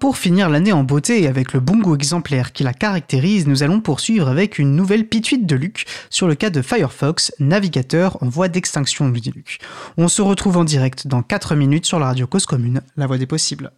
Pour finir l'année en beauté et avec le bon goût exemplaire qui la caractérise, nous allons poursuivre avec une nouvelle pituite de Luc sur le cas de Firefox, navigateur en voie d'extinction, nous dit Luc. On se retrouve en direct dans 4 minutes sur la radio Cause Commune, la voix des possibles.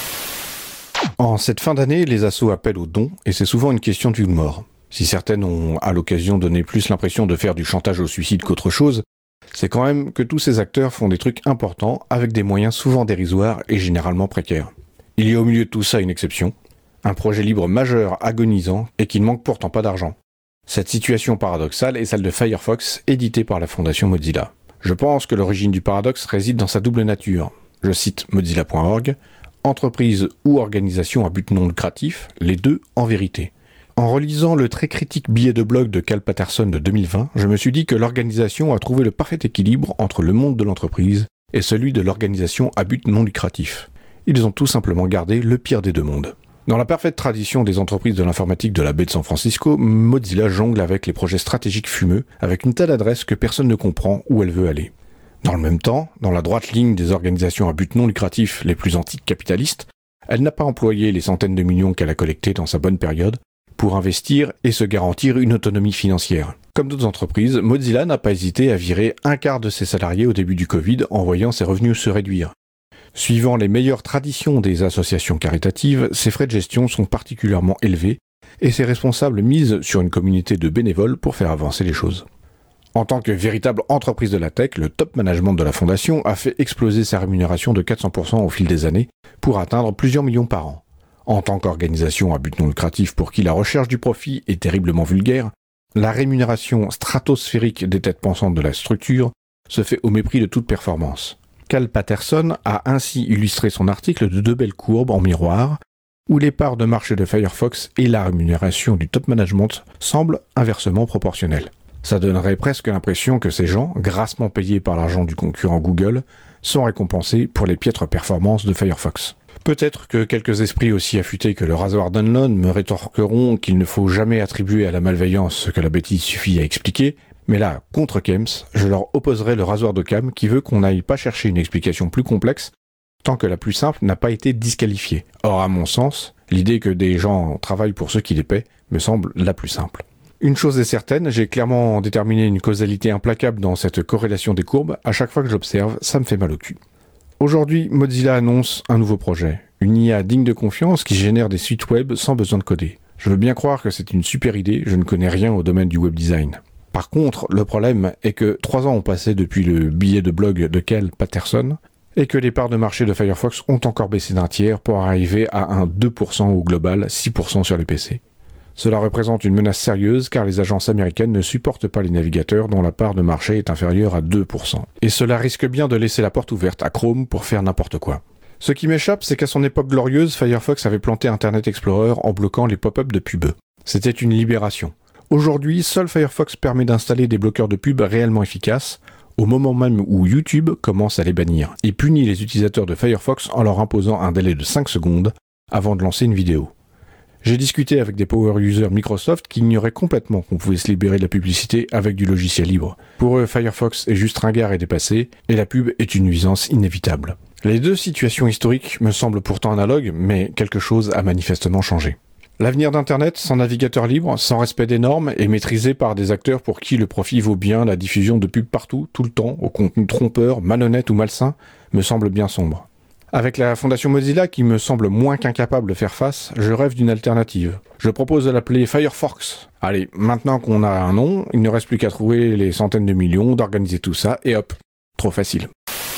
En cette fin d'année, les assos appellent aux dons et c'est souvent une question de vie ou de mort. Si certaines ont à l'occasion donné plus l'impression de faire du chantage au suicide qu'autre chose, c'est quand même que tous ces acteurs font des trucs importants avec des moyens souvent dérisoires et généralement précaires. Il y a au milieu de tout ça une exception, un projet libre majeur agonisant et qui ne manque pourtant pas d'argent. Cette situation paradoxale est celle de Firefox, édité par la fondation Mozilla. Je pense que l'origine du paradoxe réside dans sa double nature. Je cite mozilla.org, entreprise ou organisation à but non lucratif, les deux en vérité. En relisant le très critique billet de blog de Cal Patterson de 2020, je me suis dit que l'organisation a trouvé le parfait équilibre entre le monde de l'entreprise et celui de l'organisation à but non lucratif. Ils ont tout simplement gardé le pire des deux mondes. Dans la parfaite tradition des entreprises de l'informatique de la baie de San Francisco, Mozilla jongle avec les projets stratégiques fumeux, avec une telle adresse que personne ne comprend où elle veut aller. Dans le même temps, dans la droite ligne des organisations à but non lucratif les plus anticapitalistes, elle n'a pas employé les centaines de millions qu'elle a collectés dans sa bonne période pour investir et se garantir une autonomie financière. Comme d'autres entreprises, Mozilla n'a pas hésité à virer un quart de ses salariés au début du Covid en voyant ses revenus se réduire. Suivant les meilleures traditions des associations caritatives, ses frais de gestion sont particulièrement élevés et ses responsables misent sur une communauté de bénévoles pour faire avancer les choses. En tant que véritable entreprise de la tech, le top management de la fondation a fait exploser sa rémunération de 400% au fil des années pour atteindre plusieurs millions par an. En tant qu'organisation à but non lucratif pour qui la recherche du profit est terriblement vulgaire, la rémunération stratosphérique des têtes pensantes de la structure se fait au mépris de toute performance. Cal Patterson a ainsi illustré son article de deux belles courbes en miroir, où les parts de marché de Firefox et la rémunération du top management semblent inversement proportionnelles. Ça donnerait presque l'impression que ces gens, grassement payés par l'argent du concurrent Google, sont récompensés pour les piètres performances de Firefox. Peut-être que quelques esprits aussi affûtés que le rasoir Dunlop me rétorqueront qu'il ne faut jamais attribuer à la malveillance ce que la bêtise suffit à expliquer, mais là, contre Kems, je leur opposerai le rasoir d'Occam qui veut qu'on n'aille pas chercher une explication plus complexe tant que la plus simple n'a pas été disqualifiée. Or, à mon sens, l'idée que des gens travaillent pour ceux qui les paient me semble la plus simple. Une chose est certaine, j'ai clairement déterminé une causalité implacable dans cette corrélation des courbes. À chaque fois que je l'observe, ça me fait mal au cul. Aujourd'hui, Mozilla annonce un nouveau projet, une IA digne de confiance qui génère des sites web sans besoin de coder. Je veux bien croire que c'est une super idée, je ne connais rien au domaine du web design. Par contre, le problème est que 3 ans ont passé depuis le billet de blog de Cal Patterson et que les parts de marché de Firefox ont encore baissé d'un tiers pour arriver à un 2% au global, 6% sur les PC. Cela représente une menace sérieuse car les agences américaines ne supportent pas les navigateurs dont la part de marché est inférieure à 2%. Et cela risque bien de laisser la porte ouverte à Chrome pour faire n'importe quoi. Ce qui m'échappe, c'est qu'à son époque glorieuse, Firefox avait planté Internet Explorer en bloquant les pop-up de pub. C'était une libération. Aujourd'hui, seul Firefox permet d'installer des bloqueurs de pub réellement efficaces, au moment même où YouTube commence à les bannir, et punit les utilisateurs de Firefox en leur imposant un délai de 5 secondes avant de lancer une vidéo. J'ai discuté avec des power users Microsoft qui ignoraient complètement qu'on pouvait se libérer de la publicité avec du logiciel libre. Pour eux, Firefox est juste ringard et dépassé, et la pub est une nuisance inévitable. Les deux situations historiques me semblent pourtant analogues, mais quelque chose a manifestement changé. L'avenir d'Internet, sans navigateur libre, sans respect des normes et maîtrisé par des acteurs pour qui le profit vaut bien la diffusion de pubs partout, tout le temps, au contenu trompeur, malhonnête ou malsain, me semble bien sombre. Avec la fondation Mozilla qui me semble moins qu'incapable de faire face, je rêve d'une alternative. Je propose de l'appeler Firefox. Allez, maintenant qu'on a un nom, il ne reste plus qu'à trouver les centaines de millions, d'organiser tout ça, et hop, trop facile.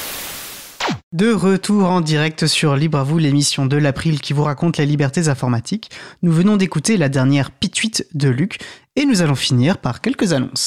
De retour en direct sur Libre à vous, l'émission de l'April qui vous raconte les libertés informatiques. Nous venons d'écouter la dernière pituite de Luc et nous allons finir par quelques annonces.